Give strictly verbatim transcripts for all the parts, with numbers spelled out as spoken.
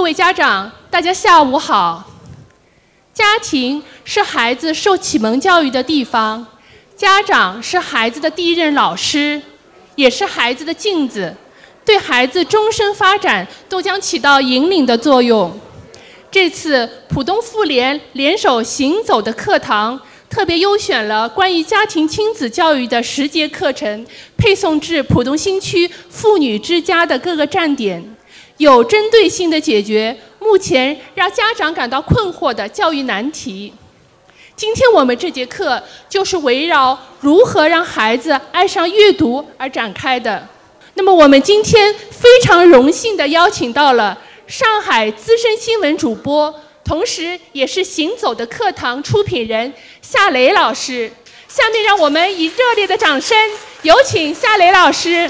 位家长，大家下午好。家庭是孩子受启蒙教育的地方，家长是孩子的第一任老师，也是孩子的镜子，对孩子终身发展都将起到引领的作用。这次浦东妇联联手行走的课堂，特别优选了关于家庭亲子教育的十节课程，配送至浦东新区妇女之家的各个站点，有针对性地解决目前让家长感到困惑的教育难题。今天我们这节课就是围绕如何让孩子爱上阅读而展开的。那么我们今天非常荣幸地邀请到了上海资深新闻主播，同时也是行走的课堂出品人夏雷老师。下面让我们以热烈的掌声有请夏雷老师。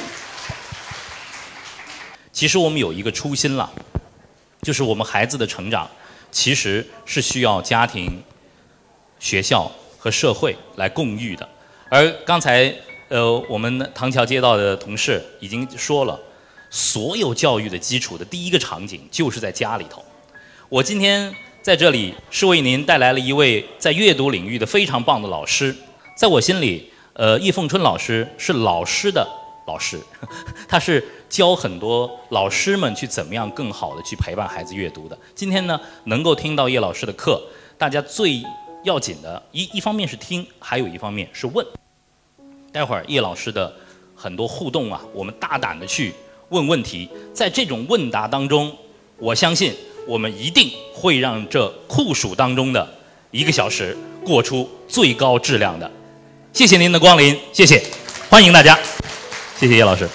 其实我们有一个初心了，就是我们孩子的成长其实是需要家庭、学校和社会来共育的。而刚才呃我们唐桥街道的同事已经说了，所有教育的基础的第一个场景就是在家里头。我今天在这里是为您带来了一位在阅读领域的非常棒的老师。在我心里，呃，叶凤春老师是老师的老师，他是教很多老师们去怎么样更好的去陪伴孩子阅读的。今天呢，能够听到叶老师的课，大家最要紧的一一方面是听，还有一方面是问。待会儿叶老师的很多互动啊，我们大胆的去问问题，在这种问答当中，我相信我们一定会让这酷暑当中的一个小时过出最高质量的。谢谢您的光临，谢谢，欢迎大家，谢谢叶老师。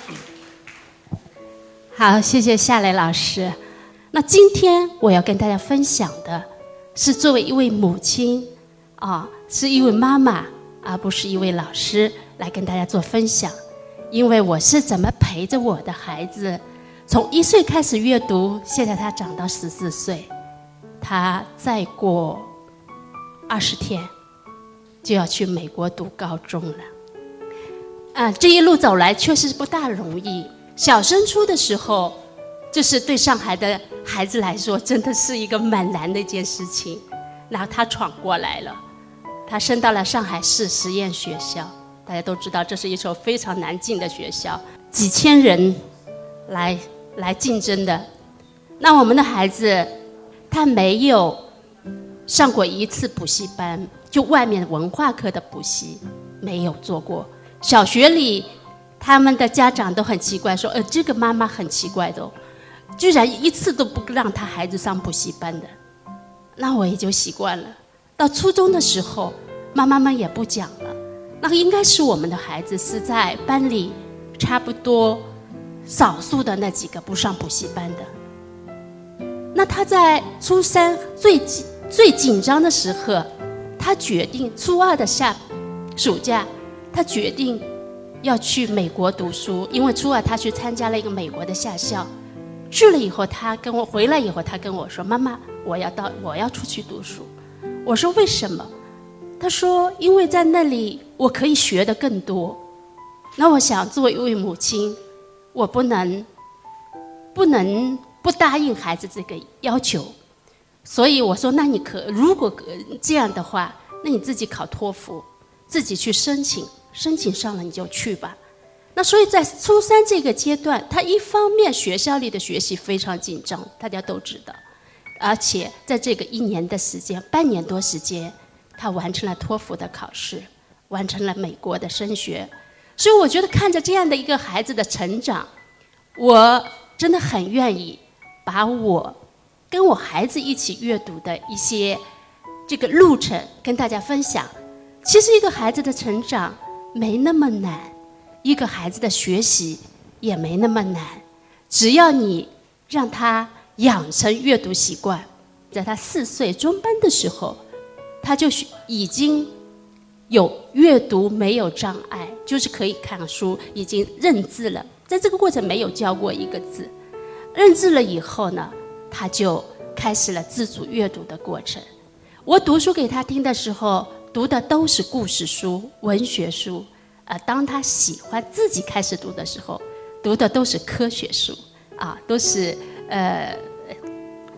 好，谢谢夏雷老师。那今天我要跟大家分享的是作为一位母亲啊，是一位妈妈，而不是一位老师来跟大家做分享。因为我是怎么陪着我的孩子从一岁开始阅读，现在他长到十四岁，他再过二十天就要去美国读高中了。啊，这一路走来确实不大容易。小升初的时候，就是对上海的孩子来说，真的是一个蛮难的一件事情。然后他闯过来了，他升到了上海市实验学校。大家都知道，这是一所非常难进的学校，几千人来来竞争的。那我们的孩子，他没有上过一次补习班，就外面文化课的补习没有做过。小学里，他们的家长都很奇怪，说：“呃，这个妈妈很奇怪的哦，居然一次都不让他孩子上补习班的。”那我也就习惯了。到初中的时候，妈妈们也不讲了。那应该是我们的孩子是在班里差不多少数的那几个不上补习班的。那他在初三最最紧张的时候，他决定初二的下暑假，他决定要去美国读书，因为初二他去参加了一个美国的夏校。去了以后，他跟我回来以后，他跟我说：“妈妈，我要到我要出去读书。”我说：“为什么？”他说：“因为在那里我可以学得更多。”那我想，作为一位母亲，我不能不能不答应孩子这个要求，所以我说：“那你可如果这样的话，那你自己考托福，自己去申请，申请上了你就去吧。”那所以在初三这个阶段，他一方面学校里的学习非常紧张，大家都知道，而且在这个一年的时间，半年多时间。他完成了托福的考试，完成了美国的升学，所以我觉得看着这样的一个孩子的成长，我真的很愿意把我跟我孩子一起阅读的一些这个路程跟大家分享。其实一个孩子的成长没那么难，一个孩子的学习也没那么难，只要你让他养成阅读习惯。在他四岁中班的时候，他就已经有阅读没有障碍，就是可以看书，已经认字了。在这个过程没有教过一个字，认字了以后呢，他就开始了自主阅读的过程。我读书给他听的时候，读的都是故事书、文学书。呃，当他喜欢自己开始读的时候，读的都是科学书啊，都是呃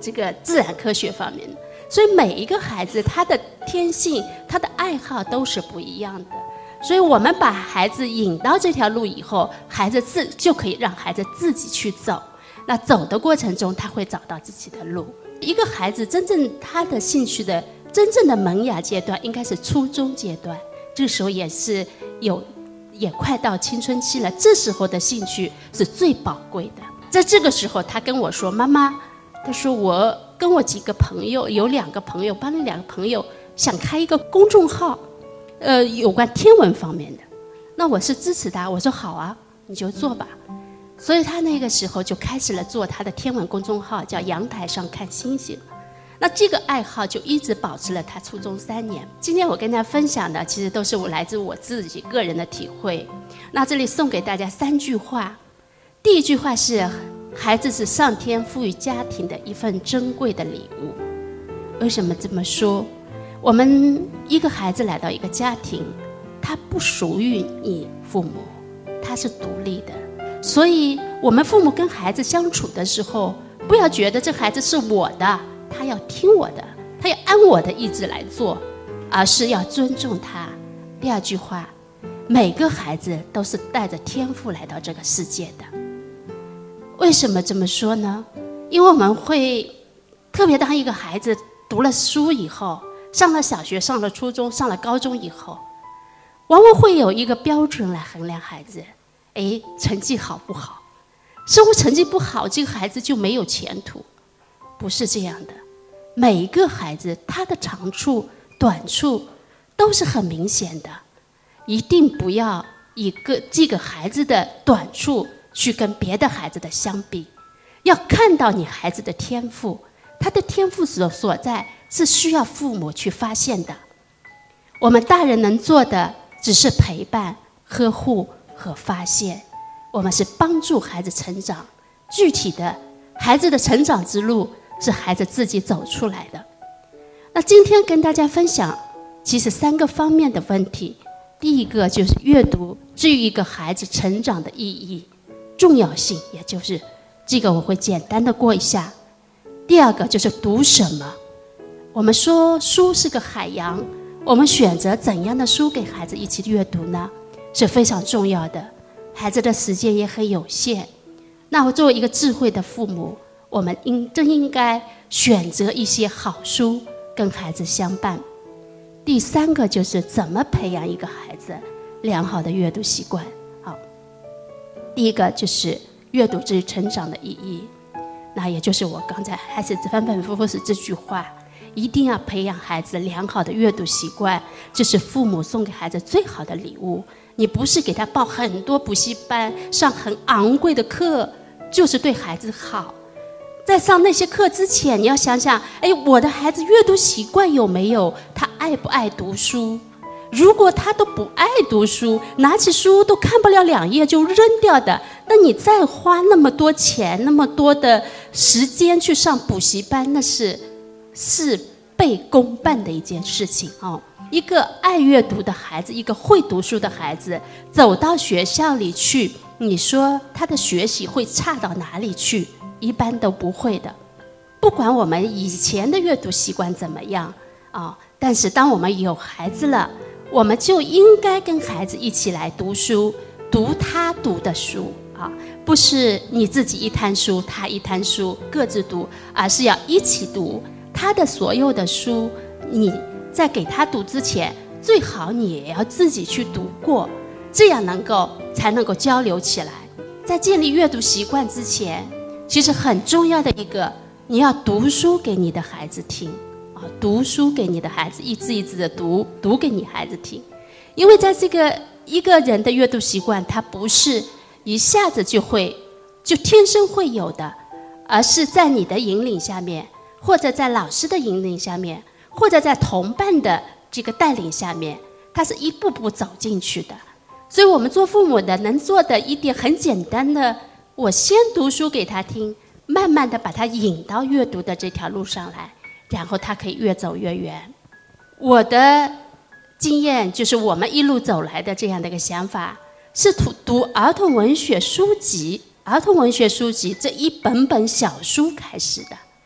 这个自然科学方面的。所以每一个孩子他的天性、他的爱好都是不一样的。所以我们把孩子引到这条路以后，孩子自就可以让孩子自己去走。那走的过程中，他会找到自己的路。一个孩子真正他的兴趣的真正的萌芽阶段，应该是初中阶段，这个时候也是有也快到青春期了，这时候的兴趣是最宝贵的。在这个时候，他跟我说：“妈妈，他说我跟我几个朋友，有两个朋友，帮了两个朋友想开一个公众号，呃，有关天文方面的。”那我是支持他，我说好啊，你就做吧。所以他那个时候就开始了做他的天文公众号，叫阳台上看星星。那这个爱好就一直保持了他初中三年。今天我跟大家分享的，其实都是我来自我自己个人的体会。那这里送给大家三句话。第一句话是：孩子是上天赋予家庭的一份珍贵的礼物。为什么这么说？我们一个孩子来到一个家庭，他不属于你父母，他是独立的。所以我们父母跟孩子相处的时候，不要觉得这孩子是我的，他要听我的，他要按我的意志来做，而是要尊重他。第二句话，每个孩子都是带着天赋来到这个世界的。为什么这么说呢？因为我们会特别当一个孩子读了书以后，上了小学，上了初中，上了高中以后，往往会有一个标准来衡量孩子。哎，成绩好不好？生活成绩不好，这个孩子就没有前途。不是这样的，每一个孩子他的长处、短处都是很明显的，一定不要以个这个孩子的短处去跟别的孩子的相比，要看到你孩子的天赋，他的天赋所所在是需要父母去发现的。我们大人能做的只是陪伴、呵护和发现，我们是帮助孩子成长。具体的，孩子的成长之路是孩子自己走出来的。那今天跟大家分享，其实三个方面的问题。第一个就是阅读对于一个孩子成长的意义、重要性，也就是这个我会简单的过一下。第二个就是读什么。我们说书是个海洋，我们选择怎样的书给孩子一起阅读呢？是非常重要的。孩子的时间也很有限，那我作为一个智慧的父母，我们应真应该选择一些好书跟孩子相伴。第三个就是怎么培养一个孩子良好的阅读习惯。好，第一个就是阅读至于成长的意义，那也就是我刚才孩子反反复复是这句话，一定要培养孩子良好的阅读习惯，这是父母送给孩子最好的礼物。你不是给他报很多补习班，上很昂贵的课，就是对孩子好。在上那些课之前，你要想想，哎，我的孩子阅读习惯有没有？他爱不爱读书？如果他都不爱读书，拿起书都看不了两页就扔掉的，那你再花那么多钱、那么多的时间去上补习班，那是事倍功半的一件事情哦。一个爱阅读的孩子，一个会读书的孩子，走到学校里去，你说他的学习会差到哪里去？一般都不会的。不管我们以前的阅读习惯怎么样啊、哦，但是当我们有孩子了，我们就应该跟孩子一起来读书，读他读的书啊，不是你自己一摊书，他一摊书，各自读，而是要一起读他的所有的书。你在给他读之前，最好你也要自己去读过，这样能够才能够交流起来。在建立阅读习惯之前，其实很重要的一个，你要读书给你的孩子听啊，读书给你的孩子一字一字的读，读给你孩子听。因为在这个一个人的阅读习惯，它不是一下子就会就天生会有的，而是在你的引领下面，或者在老师的引领下面，或者在同伴的这个带领下面，他是一步步走进去的。所以我们做父母的能做的一点很简单的，我先读书给他听，慢慢的把他引到阅读的这条路上来，然后他可以越走越远。我的经验就是我们一路走来的这样的一个想法，是读读儿童文学书籍，儿童文学书籍这一本本小书开始的。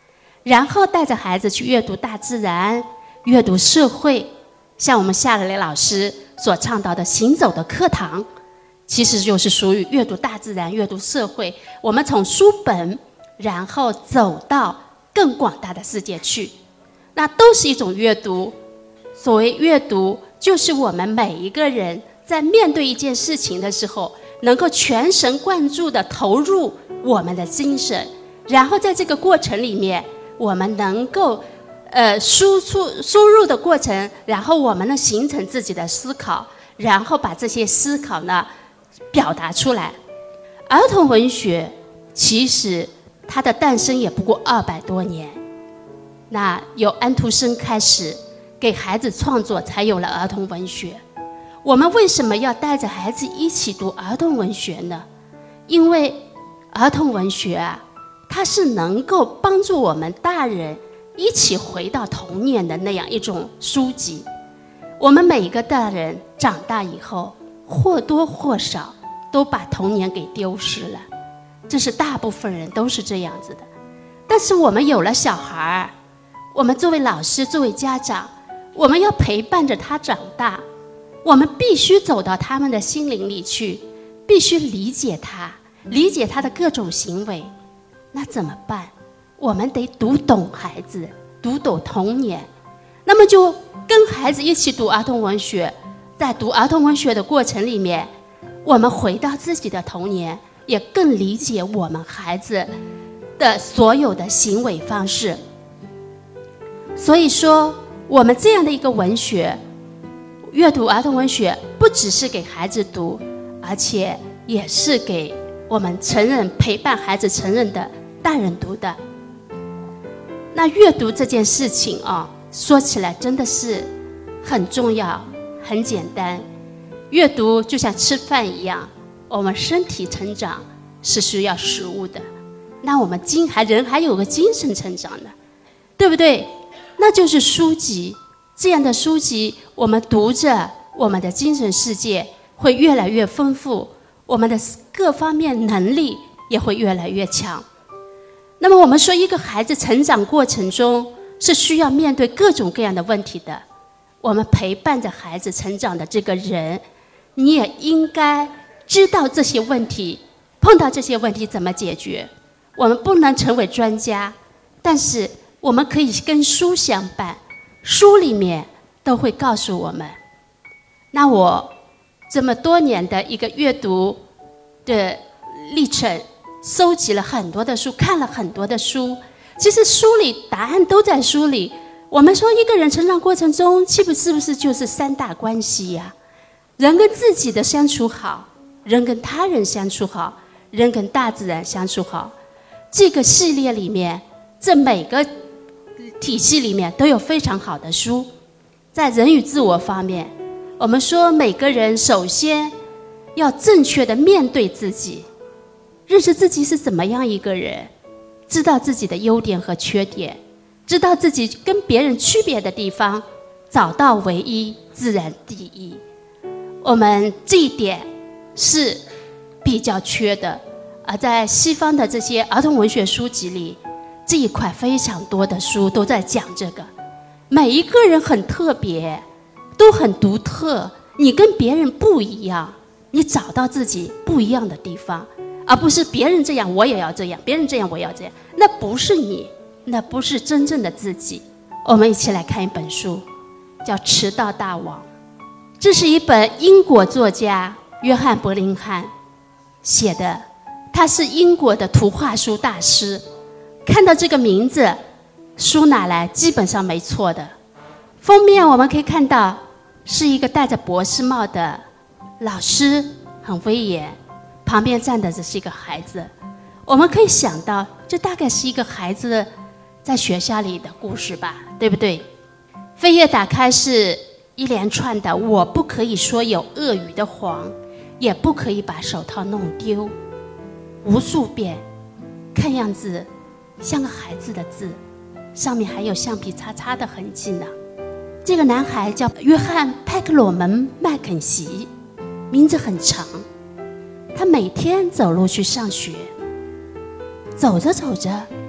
然后带着孩子去阅读大自然，阅读社会，像我们夏雷老师所倡导的行走的课堂，其实就是属于阅读大自然、阅读社会。我们从书本，然后走到更广大的世界去，那都是一种阅读。所谓阅读，就是我们每一个人在面对一件事情的时候，能够全神贯注地投入我们的精神，然后在这个过程里面，我们能够呃输出输入的过程，然后我们能形成自己的思考，然后把这些思考呢表达出来。儿童文学其实它的诞生也不过二百多年，那由安徒生开始给孩子创作，才有了儿童文学。我们为什么要带着孩子一起读儿童文学呢？因为儿童文学啊，它是能够帮助我们大人一起回到童年的那样一种书籍。我们每一个大人长大以后，或多或少都把童年给丢失了，这是大部分人都是这样子的。但是我们有了小孩，我们作为老师，作为家长，我们要陪伴着他长大，我们必须走到他们的心灵里去，必须理解他，理解他的各种行为。那怎么办？我们得读懂孩子，读懂童年。那么就跟孩子一起读儿童文学，在读儿童文学的过程里面，我们回到自己的童年，也更理解我们孩子的所有的行为方式。所以说，我们这样的一个文学，阅读儿童文学，不只是给孩子读，而且也是给我们成人陪伴孩子成人的大人读的。那阅读这件事情啊，说起来真的是很重要，很简单。阅读就像吃饭一样，我们身体成长是需要食物的，那我们精还人还有个精神成长呢，对不对？那就是书籍，这样的书籍我们读着，我们的精神世界会越来越丰富，我们的各方面能力也会越来越强。那么我们说，一个孩子成长过程中是需要面对各种各样的问题的，我们陪伴着孩子成长的这个人，你也应该知道这些问题，碰到这些问题怎么解决。我们不能成为专家，但是我们可以跟书相伴，书里面都会告诉我们。那我这么多年的一个阅读的历程，收集了很多的书，看了很多的书，其实书里答案都在书里。我们说一个人成长过程中，是不是不是就是三大关系呀、啊？人跟自己的相处好，人跟他人相处好，人跟大自然相处好。这个系列里面，这每个体系里面都有非常好的书。在人与自我方面，我们说每个人首先要正确的面对自己，认识自己是怎么样一个人，知道自己的优点和缺点，知道自己跟别人区别的地方，找到唯一，自然第一。我们这一点是比较缺的，而在西方的这些儿童文学书籍里，这一块非常多的书都在讲这个。每一个人很特别，都很独特，你跟别人不一样，你找到自己不一样的地方，而不是别人这样我也要这样，别人这样我也要这样，那不是你，那不是真正的自己。我们一起来看一本书，叫《迟到大王》。这是一本英国作家约翰·伯林汉写的，他是英国的图画书大师。看到这个名字，书拿来基本上没错的。封面我们可以看到是一个戴着博士帽的老师，很威严，旁边站的只是一个孩子。我们可以想到，这大概是一个孩子在学校里的故事吧，对不对？扉页打开是一连串的我不可以说有鳄鱼的谎，也不可以把手套弄丢，无数遍，看样子像个孩子的字，上面还有橡皮擦擦的痕迹呢。这个男孩叫约翰·派克罗门·麦肯锡，名字很长。他每天走路去上学，走着走着，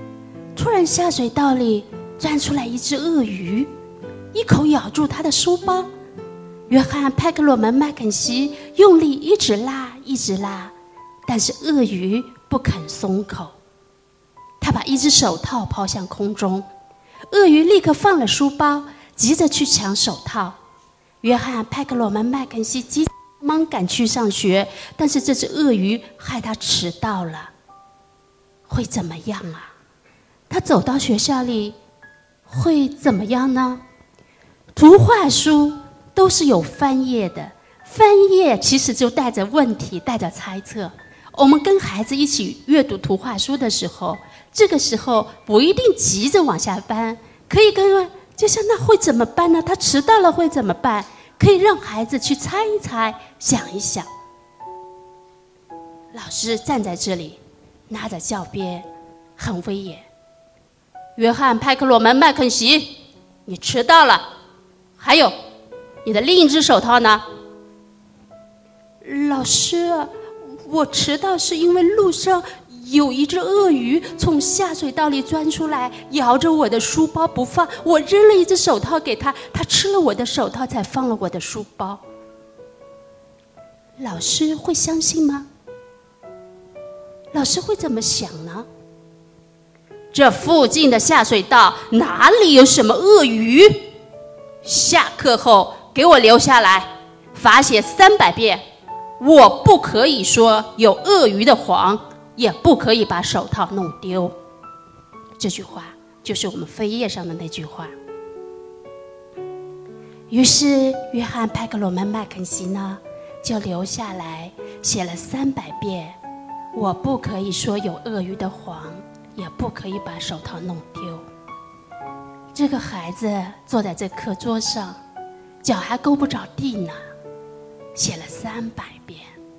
突然下水道里钻出来一只鳄鱼，一口咬住他的书包。约翰·派克罗门·麦肯锡用力一直拉，一直拉，但是鳄鱼不肯松口。他把一只手套抛向空中，鳄鱼立刻放了书包，急着去抢手套。约翰·派克罗门·麦肯锡急忙赶去上学，但是这只鳄鱼害他迟到了。会怎么样啊？他走到学校里会怎么样呢？图画书都是有翻页的，翻页其实就带着问题，带着猜测。我们跟孩子一起阅读图画书的时候，这个时候不一定急着往下翻，可以跟就像那会怎么办呢？他迟到了会怎么办？可以让孩子去猜一猜，想一想。老师站在这里，拿着教鞭，很威严。约翰·派克罗门·麦肯锡，你迟到了。还有，你的另一只手套呢？老师，我迟到是因为路上有一只鳄鱼从下水道里钻出来，咬着我的书包不放，我扔了一只手套给他，他吃了我的手套才放了我的书包。老师会相信吗？老师会怎么想呢？这附近的下水道哪里有什么鳄鱼？下课后给我留下来，罚写三百遍。我不可以说有鳄鱼的谎，也不可以把手套弄丢。这句话就是我们扉页上的那句话。于是约翰·派克罗门·麦肯锡呢，就留下来写了三百遍，我不可以说有鳄鱼的谎，也不可以把手套弄丢。这个孩子坐在这课桌上，脚还够不着地呢，写了三百遍。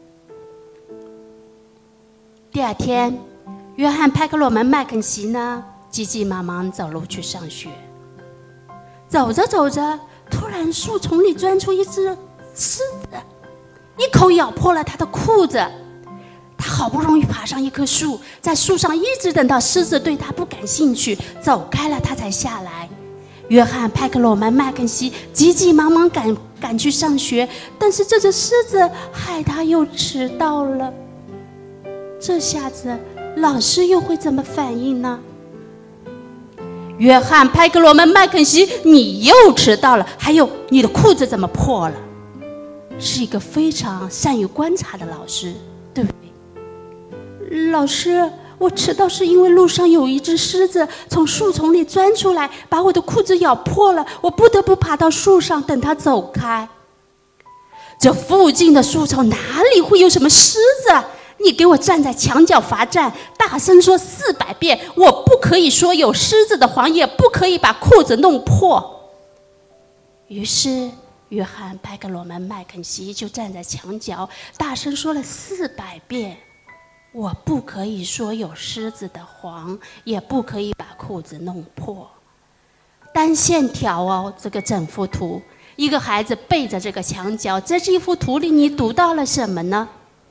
第二天，约翰·派克罗门·麦肯锡呢，急急忙忙走路去上学。走着走着，突然树丛里钻出一只狮子，一口咬破了他的裤子。他好不容易爬上一棵树，在树上一直等到狮子对他不感兴趣，走开了，他才下来。约翰·派克罗门·麦肯锡急急忙忙赶赶去上学，但是这只狮子害他又迟到了。这下子老师又会怎么反应呢？约翰·派克罗门·麦肯锡，你又迟到了，还有你的裤子怎么破了？是一个非常善于观察的老师，对不对？老师，我迟到是因为路上有一只狮子从树丛里钻出来，把我的裤子咬破了，我不得不爬到树上等它走开。这附近的树丛哪里会有什么狮子？你给我站在墙角罚站，大声说四百遍，我不可以说有狮子的谎，也不可以把裤子弄破。于是约翰·派克罗门·麦肯锡就站在墙角，大声说了四百遍，我不可以说有狮子的谎，也不可以把裤子弄破。单线条哦，这个整幅图，一个孩子背着这个墙角，在这幅图里你读到了什么呢？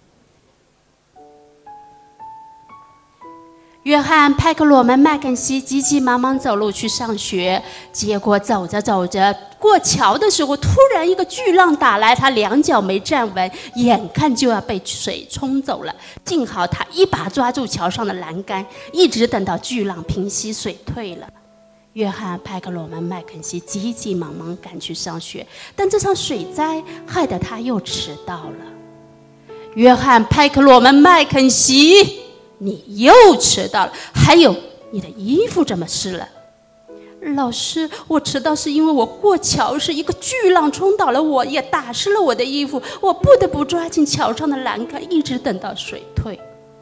约翰·派克罗门·麦肯锡急急忙忙走路去上学，结果走着走着，过桥的时候，突然一个巨浪打来，他两脚没站稳，眼看就要被水冲走了。幸好他一把抓住桥上的栏杆，一直等到巨浪平息，水退了。约翰·派克罗门·麦肯锡急急忙忙赶去上学，但这场水灾害得他又迟到了。约翰·派克罗门·麦肯锡，你又迟到了，还有你的衣服怎么湿了？老师，我迟到是因为我过桥时一个巨浪冲倒了我，也打湿了我的衣服，我不得不抓紧桥上的栏杆，一直等到水退。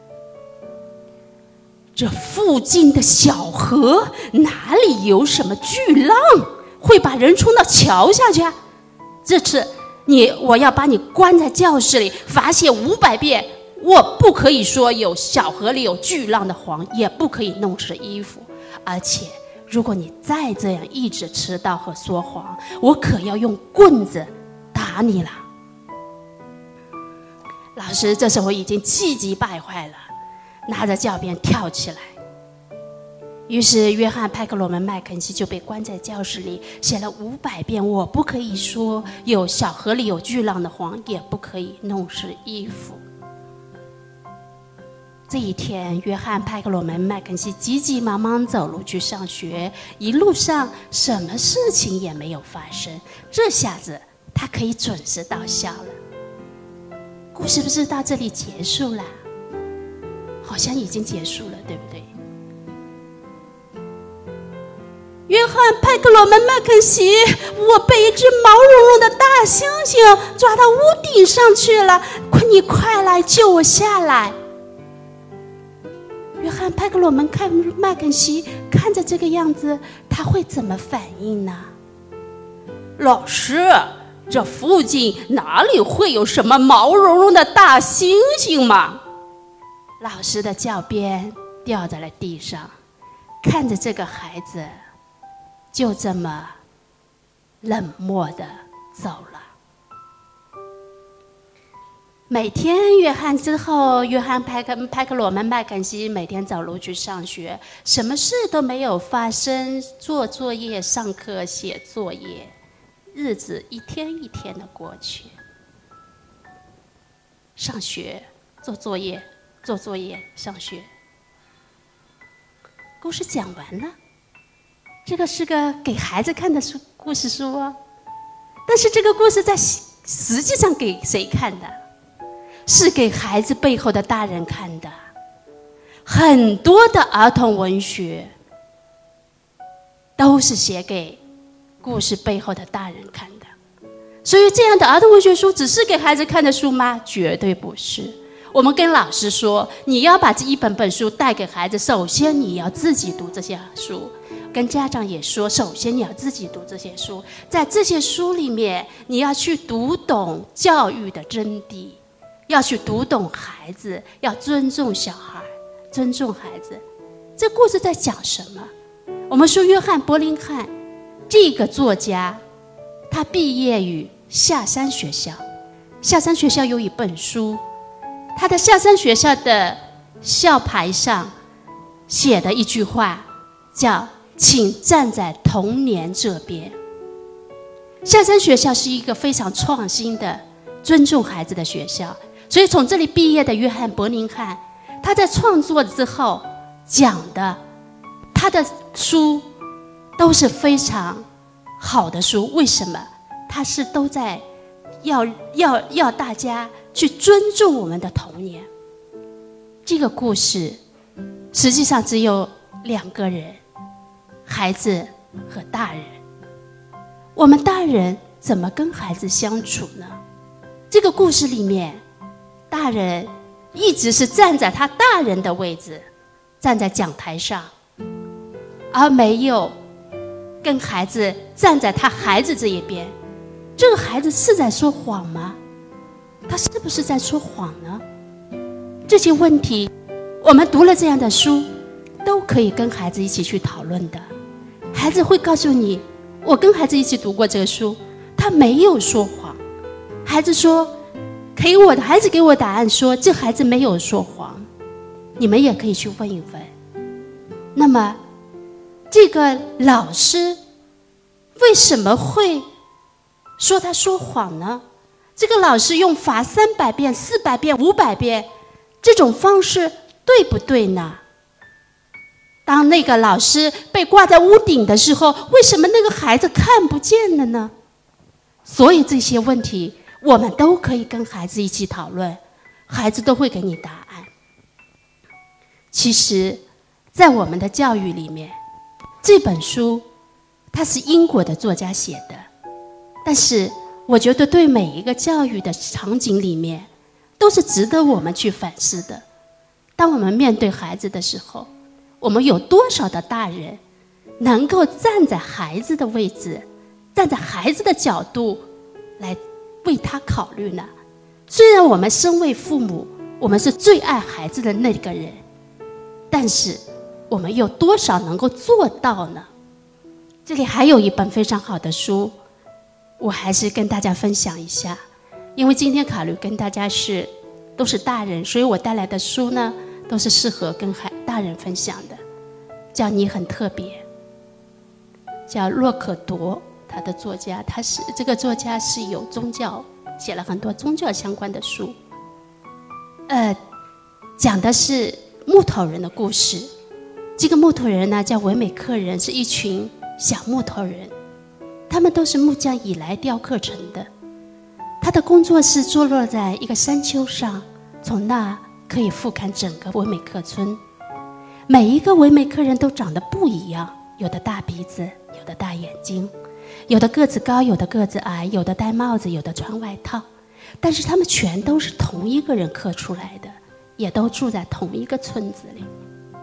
这附近的小河哪里有什么巨浪会把人冲到桥下去啊？这次你我要把你关在教室里，罚写五百遍，我不可以说有小河里有巨浪的谎，也不可以弄湿衣服，而且如果你再这样一直迟到和说谎，我可要用棍子打你了。老师这时候已经气急败坏了，拿着教鞭跳起来。 于是约翰派克罗门麦肯锡就被关在教室里，写了五百遍我不可以说有小河里有巨浪的谎，也不可以弄湿衣服。这一天，约翰派克罗门麦肯锡急急忙忙走路去上学，一路上什么事情也没有发生，这下子他可以准时到校了。故事不是到这里结束了？好像已经结束了，对不对？约翰派克罗门麦肯锡，我被一只毛茸茸的大猩猩抓到屋顶上去了，快你快来救我下来！约翰派克罗门看麦肯锡看着这个样子，他会怎么反应呢？老师，这附近哪里会有什么毛茸茸的大猩猩吗？老师的教鞭掉在了地上，看着这个孩子就这么冷漠地走了。每天约翰之后，约翰派克派克罗门麦肯锡每天走路去上学，什么事都没有发生，做作业、上课、写作业，日子一天一天的过去。上学，做作业，做作业，上学。故事讲完了。这个是个给孩子看的书故事书哦，但是这个故事在实际上给谁看的？是给孩子背后的大人看的。很多的儿童文学都是写给故事背后的大人看的。所以这样的儿童文学书只是给孩子看的书吗？绝对不是。我们跟老师说，你要把这一本本书带给孩子，首先你要自己读这些书。跟家长也说，首先你要自己读这些书，在这些书里面，你要去读懂教育的真谛，要去读懂孩子，要尊重小孩，尊重孩子。这故事在讲什么？我们说约翰·伯林汉这个作家，他毕业于下山学校，下山学校有一本书，他的下山学校的校牌上写的一句话叫请站在童年这边。下山学校是一个非常创新的尊重孩子的学校，所以从这里毕业的约翰·伯林汉，他在创作之后讲的他的书都是非常好的书。为什么？他是都在要要要大家去尊重我们的童年。这个故事实际上只有两个人，孩子和大人。我们大人怎么跟孩子相处呢？这个故事里面，大人一直是站在他大人的位置，站在讲台上，而没有跟孩子站在他孩子这一边。这个孩子是在说谎吗？他是不是在说谎呢？这些问题我们读了这样的书都可以跟孩子一起去讨论的。孩子会告诉你，我跟孩子一起读过这个书，他没有说谎。孩子说，给我的孩子给我答案说，这孩子没有说谎。你们也可以去问一问。那么这个老师为什么会说他说谎呢？这个老师用罚三百遍、四百遍、五百遍这种方式对不对呢？当那个老师被挂在屋顶的时候，为什么那个孩子看不见了呢？所以这些问题我们都可以跟孩子一起讨论，孩子都会给你答案。其实在我们的教育里面，这本书它是英国的作家写的，但是我觉得对每一个教育的场景里面都是值得我们去反思的。当我们面对孩子的时候，我们有多少的大人能够站在孩子的位置，站在孩子的角度来为他考虑呢？虽然我们身为父母，我们是最爱孩子的那个人，但是我们有多少能够做到呢？这里还有一本非常好的书，我还是跟大家分享一下。因为今天考虑跟大家是都是大人，所以我带来的书呢都是适合跟孩大人分享的。 叫你很特别，叫洛可多，他的作家，他是这个作家是有宗教，写了很多宗教相关的书，呃，讲的是木头人的故事。这个木头人呢叫维美克人，是一群小木头人，他们都是木匠以来雕刻成的。他的工作室坐落在一个山丘上，从那可以俯瞰整个维美克村。每一个维美克人都长得不一样，有的大鼻子，有的大眼睛，有的个子高，有的个子矮，有的戴帽子，有的穿外套，但是他们全都是同一个人刻出来的，也都住在同一个村子里。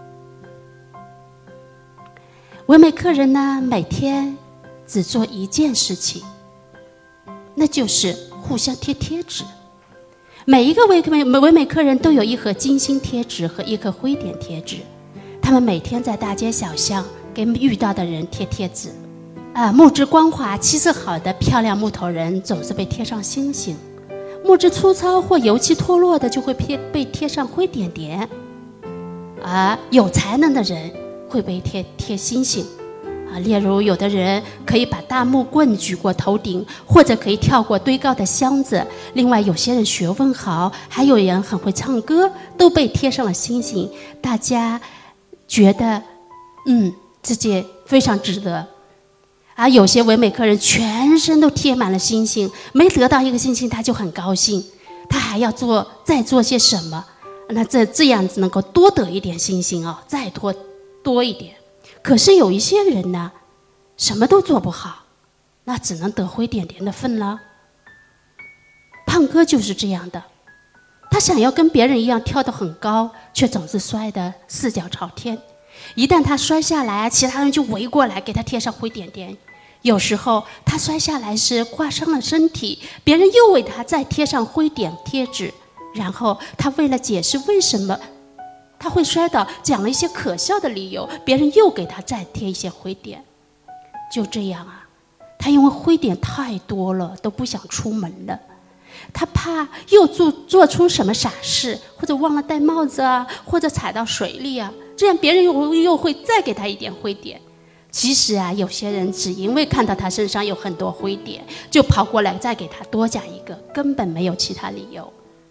维美克人呢，每天只做一件事情，那就是互相贴贴纸。每一个维美维美克人都有一盒金星贴纸和一颗灰点贴纸，他们每天在大街小巷给遇到的人贴贴纸。啊，木质光滑、气色好的漂亮木头人总是被贴上星星，木质粗糙或油漆脱落的就会被贴上灰点点，而有才能的人会被贴贴星星。啊，例如有的人可以把大木棍举过头顶，或者可以跳过堆高的箱子。另外有些人学问好，还有人很会唱歌，都被贴上了星星。大家觉得嗯自己非常值得。而有些维美克人全身都贴满了星星，没得到一个星星他就很高兴，他还要做再做些什么，那这这样子能够多得一点星星哦，再多多一点。可是有一些人呢，什么都做不好，那只能得灰点点的份了。胖哥就是这样的，他想要跟别人一样跳得很高，却总是摔得四脚朝天。一旦他摔下来，其他人就围过来给他贴上灰点点。有时候他摔下来时刮伤了身体，别人又为他再贴上灰点贴纸，然后他为了解释为什么他会摔倒，讲了一些可笑的理由，别人又给他再贴一些灰点。就这样啊，他因为灰点太多了，都不想出门了。他怕又做做出什么傻事，或者忘了戴帽子啊，或者踩到水里啊，这样别人又又会再给他一点灰点。其实啊，有些人只因为看到他身上有很多灰点，就跑过来再给他多加一个，根本没有其他理由。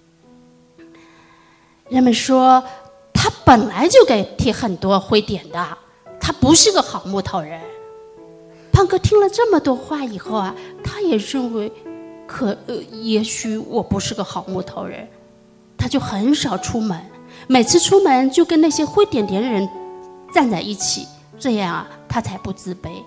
人们说他本来就给贴很多灰点的，他不是个好木头人。胖哥听了这么多话以后啊，他也认为可呃，也许我不是个好木头人，他就很少出门，每次出门就跟那些灰点点的人站在一起，这样啊，他才不自卑。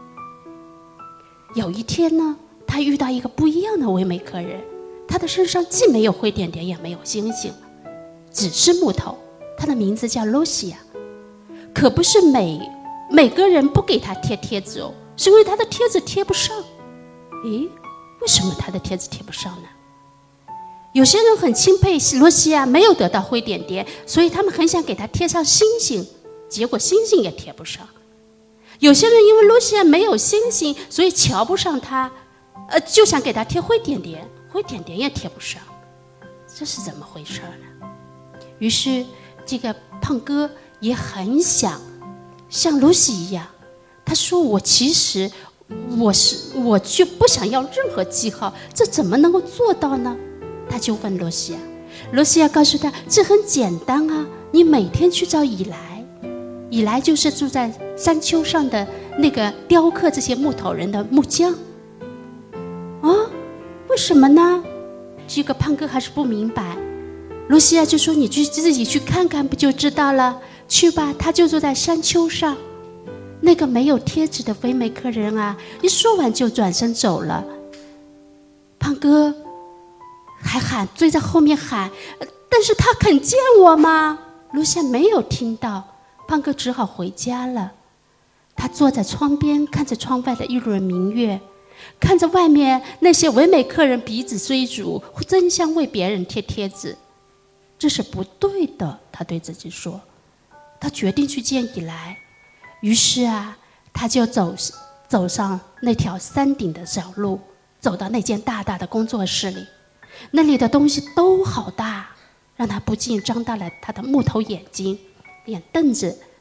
有一天呢，他遇到一个不一样的维美克人，他的身上既没有灰点点，也没有星星，只是木头。他的名字叫露西亚，可不是每每个人不给他贴贴纸哦，是因为他的贴纸贴不上。诶，为什么他的贴纸贴不上呢？有些人很钦佩罗西亚没有得到灰点点，所以他们很想给他贴上星星，结果星星也贴不上。有些人因为罗西亚没有星星，所以瞧不上他，呃，就想给他贴灰点点，灰点点也贴不上。这是怎么回事呢？于是这个胖哥也很想像露西一样，他说我其实我是我就不想要任何记号，这怎么能够做到呢？他就问罗西亚，罗西亚告诉他这很简单啊，你每天去找以来，以来就是住在山丘上的那个雕刻这些木头人的木匠。啊，为什么呢？这个胖哥还是不明白。罗西亚就说你去自己去看看不就知道了，去吧，他就住在山丘上。那个没有贴纸的维美克人啊，一说完就转身走了。胖哥还喊，追在后面喊，但是他肯见我吗？罗西亚没有听到，胖哥只好回家了。他坐在窗边，看着窗外的一轮明月，看着外面那些维美克人彼此追逐，争相为别人贴贴纸。这是不对的，他对自己说。他决定去见以来，于是啊，他就走走上那条山顶的小路，走到那间大大的工作室里。那里的东西都好大，让他不禁张大了他的木头眼睛，连凳子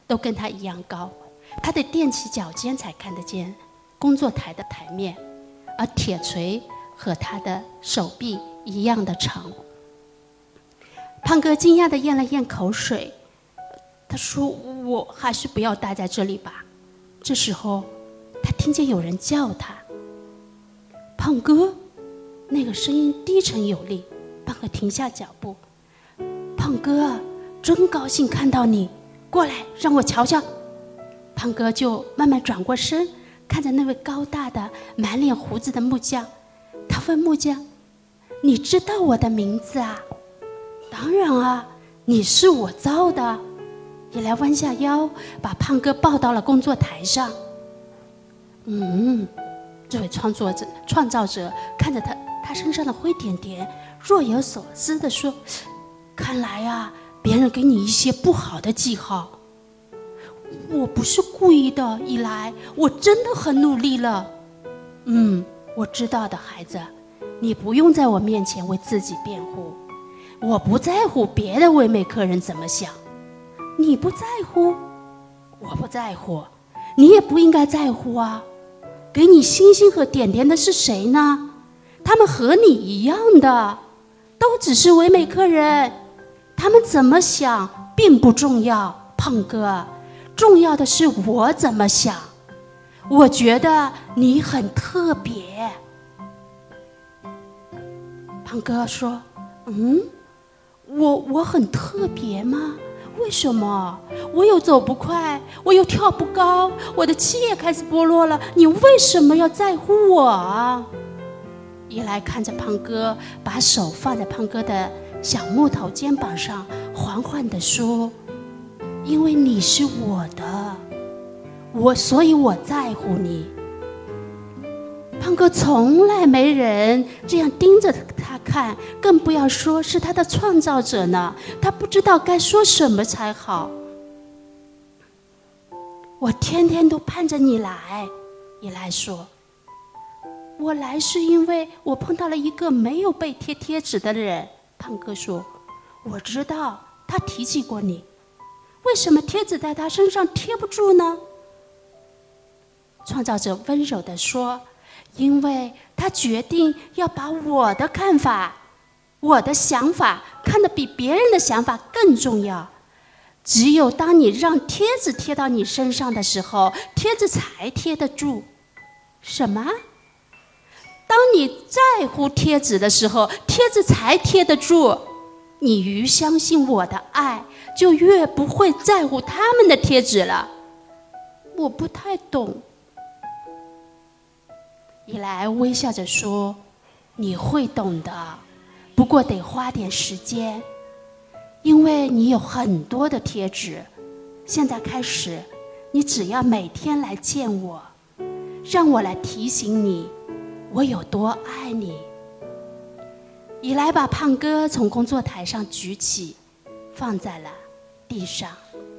都跟他一样高，他得踮起脚尖才看得见工作台的台面，而铁锤和他的手臂一样的长。胖哥惊讶地咽了咽口水，他说：“我还是不要待在这里吧。”这时候，他听见有人叫他：“胖哥！”那个声音低沉有力。胖哥停下脚步：“胖哥，真高兴看到你，过来让我瞧瞧。”胖哥就慢慢转过身，看着那位高大的满脸胡子的木匠。他问木匠：“你知道我的名字啊？”“当然啊，你是我造的。”一来弯下腰，把胖哥抱到了工作台上。嗯，这位创作者、创造者看着他他身上的灰点点，若有所思地说：“看来啊，别人给你一些不好的记号。我不是故意的，一来我真的很努力了。嗯，我知道的，孩子，你不用在我面前为自己辩护。我不在乎别的唯美客人怎么想。你不在乎，我不在乎，你也不应该在乎啊。给你星星和点点的是谁呢？他们和你一样的，都只是唯美客人。他们怎么想并不重要，胖哥，重要的是我怎么想。我觉得你很特别。”胖哥说：“嗯，我我很特别吗？为什么？我又走不快，我又跳不高，我的气也开始剥落了，你为什么要在乎我啊？”一来看着胖哥，把手放在胖哥的小木头肩膀上，缓缓地说：“因为你是我的，我所以我在乎你。”胖哥从来没人这样盯着他看，更不要说是他的创造者呢。他不知道该说什么才好。我天天都盼着你来，一来说。我来是因为我碰到了一个没有被贴贴纸的人。胖哥说，我知道他提起过你，为什么贴纸在他身上贴不住呢？创造者温柔地说，因为他决定要把我的看法，我的想法看得比别人的想法更重要。只有当你让贴纸贴到你身上的时候，贴纸才贴得住。什么？当你在乎贴纸的时候，贴纸才贴得住。你愈相信我的爱，就越不会在乎他们的贴纸了。我不太懂。一来微笑着说，你会懂的，不过得花点时间，因为你有很多的贴纸。现在开始，你只要每天来见我，让我来提醒你我有多爱你。以来把胖哥从工作台上举起，放在了地上。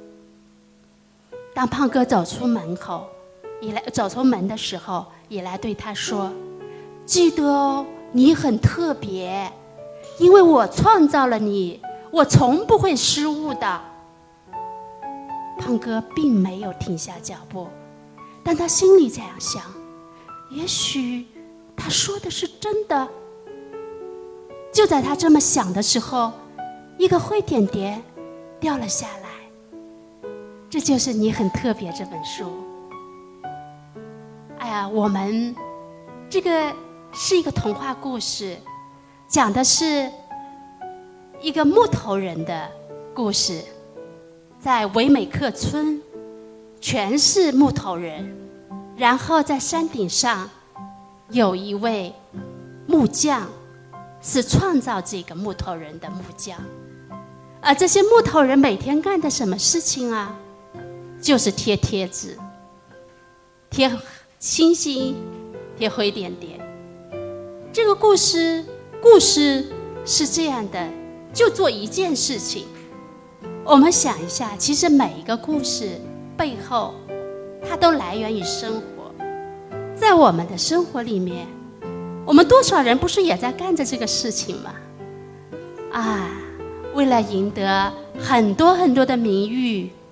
当胖哥走出门口，以来走出门的时候，以来对他说，记得哦，你很特别，因为我创造了你，我从不会失误的。胖哥并没有停下脚步，但他心里这样想，也许他说的是真的。就在他这么想的时候，一个灰点点掉了下来。这就是你很特别这本书。哎呀，我们这个是一个童话故事，讲的是一个木头人的故事。在维美克村，全是木头人，然后在山顶上有一位木匠，是创造这个木头人的木匠。而这些木头人每天干的什么事情啊？就是贴贴纸，贴星星，贴灰点点。这个故事故事是这样的，就做一件事情。我们想一下，其实每一个故事背后，它都来源于生活。在我们的生活里面，我们多少人不是也在干着这个事情吗？啊，为了赢得很多很多的名誉，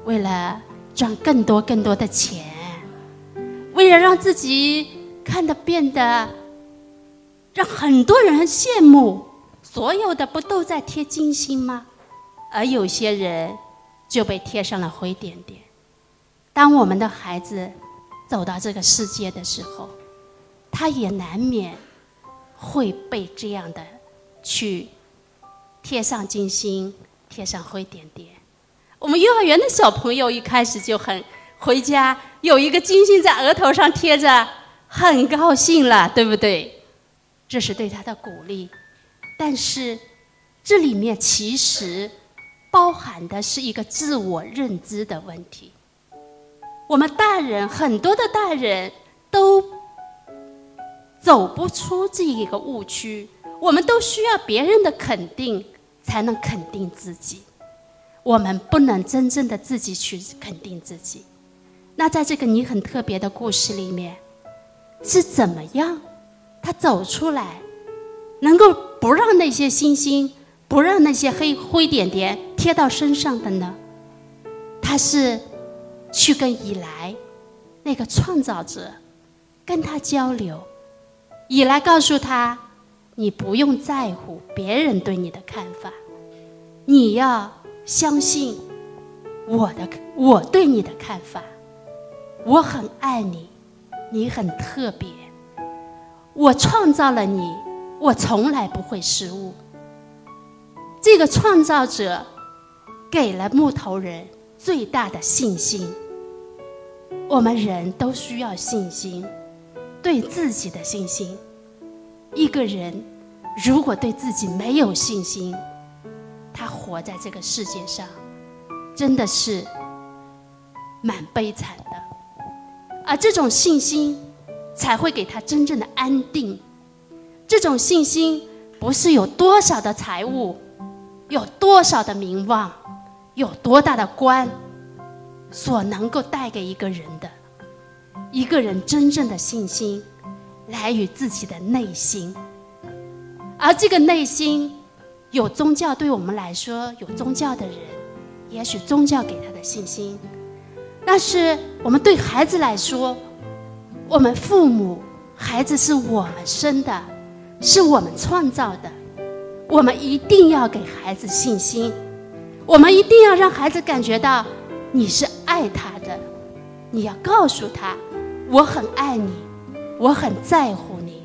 为了赚更多更多的钱，为了让自己看得变得让很多人羡慕，所有的不都在贴金星吗？而有些人就被贴上了灰点点。当我们的孩子走到这个世界的时候，他也难免会被这样的去贴上金星，贴上灰点点。我们幼儿园的小朋友一开始就很回家有一个金星在额头上贴着，很高兴了，对不对？这是对他的鼓励。但是这里面其实包含的是一个自我认知的问题。我们大人，很多的大人都走不出这一个误区，我们都需要别人的肯定才能肯定自己，我们不能真正的自己去肯定自己。那在这个你很特别的故事里面，是怎么样他走出来，能够不让那些星星，不让那些黑灰点点贴到身上的呢？他是去跟以来那个创造者跟他交流，以来告诉他，你不用在乎别人对你的看法，你要相信我的我对你的看法，我很爱你，你很特别，我创造了你，我从来不会失误。这个创造者给了木头人最大的信心。我们人都需要信心，对自己的信心。一个人如果对自己没有信心，他活在这个世界上真的是蛮悲惨的。而这种信心才会给他真正的安定。这种信心不是有多少的财物，有多少的名望，有多大的官所能够带给一个人的。一个人真正的信心来于自己的内心，而这个内心有宗教，对我们来说，有宗教的人也许宗教给他的信心，但是我们对孩子来说，我们父母，孩子是我们生的，是我们创造的，我们一定要给孩子信心，我们一定要让孩子感觉到你是爱他的，你要告诉他，我很爱你，我很在乎你，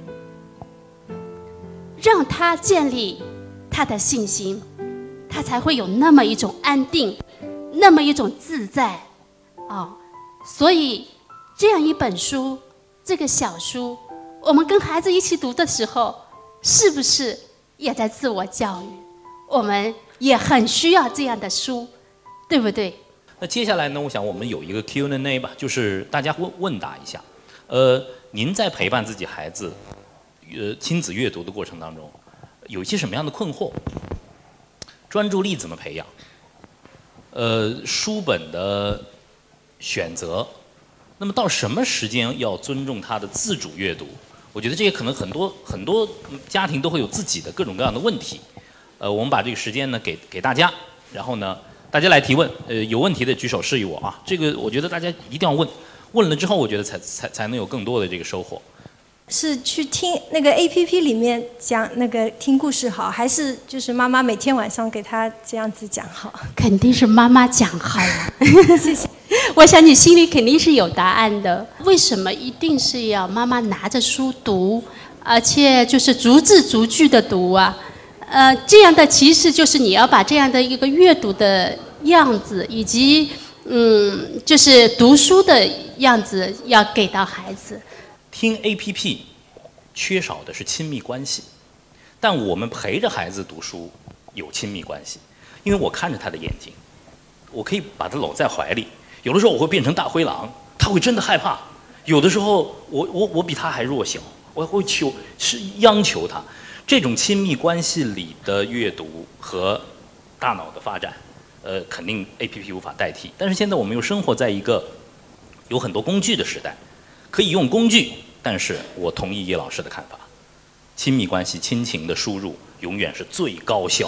让他建立他的信心，他才会有那么一种安定，那么一种自在。哦，所以这样一本书，这个小书，我们跟孩子一起读的时候，是不是也在自我教育？我们也很需要这样的书，对不对？ 那接下来呢，我想我们有一个 Q and A 吧，就是大家问问答一下。呃，您在陪伴自己孩子，呃，亲子阅读的过程当中，有一些什么样的困惑？专注力怎么培养？呃，书本的选择，那么到什么时间要尊重他的自主阅读？我觉得这个可能很多很多家庭都会有自己的各种各样的问题。呃，我们把这个时间呢给给大家，然后呢，大家来提问。呃，有问题的举手示意我啊。这个我觉得大家一定要问，问了之后，我觉得才才才能有更多的这个收获。 是去听那个 A P P 里面讲那个听故事好，还是就是妈妈每天晚上给他这样子讲好？ 肯定是妈妈讲好了。 谢谢。 我想你心里肯定是有答案的。为什么一定是要妈妈拿着书读，而且就是逐字逐句的读啊？呃，这样的其实就是你要把这样的一个阅读的样子，以及嗯，就是读书的样子，要给到孩子。 听 A P P 缺少的是亲密关系，但我们陪着孩子读书有亲密关系，因为我看着他的眼睛，我可以把他搂在怀里。有的时候我会变成大灰狼，他会真的害怕。有的时候我我我比他还弱小，我会求是央求他。这种亲密关系里的阅读和大脑的发展，呃，肯定 A P P 无法代替。但是现在我们又生活在一个有很多工具的时代，可以用工具，但是我同意叶老师的看法，亲密关系、亲情的输入永远是最高效。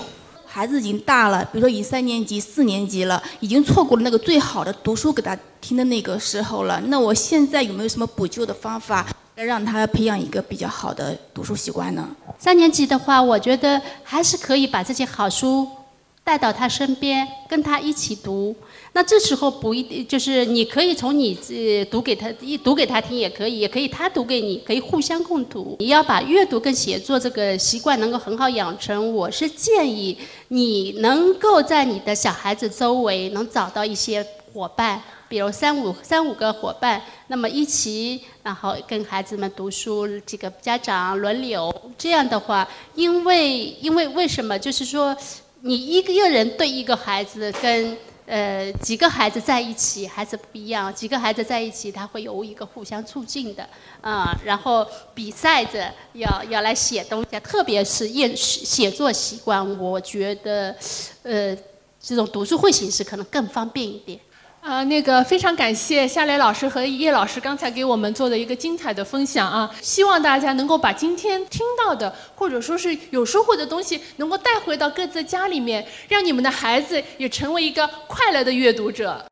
孩子已经大了，比如说已经三年级、四年级了，已经错过了那个最好的读书给他听的那个时候了。那我现在有没有什么补救的方法，来让他培养一个比较好的读书习惯呢？ 三年级的话，我觉得还是可以把这些好书带到他身边，跟他一起读。那这时候不一定就是你可以从你呃读给他一读给他听也可以，也可以他读给你，可以互相共读。你要把阅读跟写作这个习惯能够很好养成，我是建议你能够在你的小孩子周围能找到一些伙伴，比如三五三五个伙伴，那么一起，然后跟孩子们读书，几个家长轮流。这样的话，因为因为为什么？就是说，你一个人对一个孩子跟呃几个孩子在一起还是不一样，几个孩子在一起，他会有一个互相促进的啊、呃，然后比赛着要要来写东西，特别是写写作习惯，我觉得呃这种读书会形式可能更方便一点。 呃，那个非常感谢夏雷老师和叶老师刚才给我们做的一个精彩的分享啊！希望大家能够把今天听到的或者说是有收获的东西，能够带回到各自家里面，让你们的孩子也成为一个快乐的阅读者。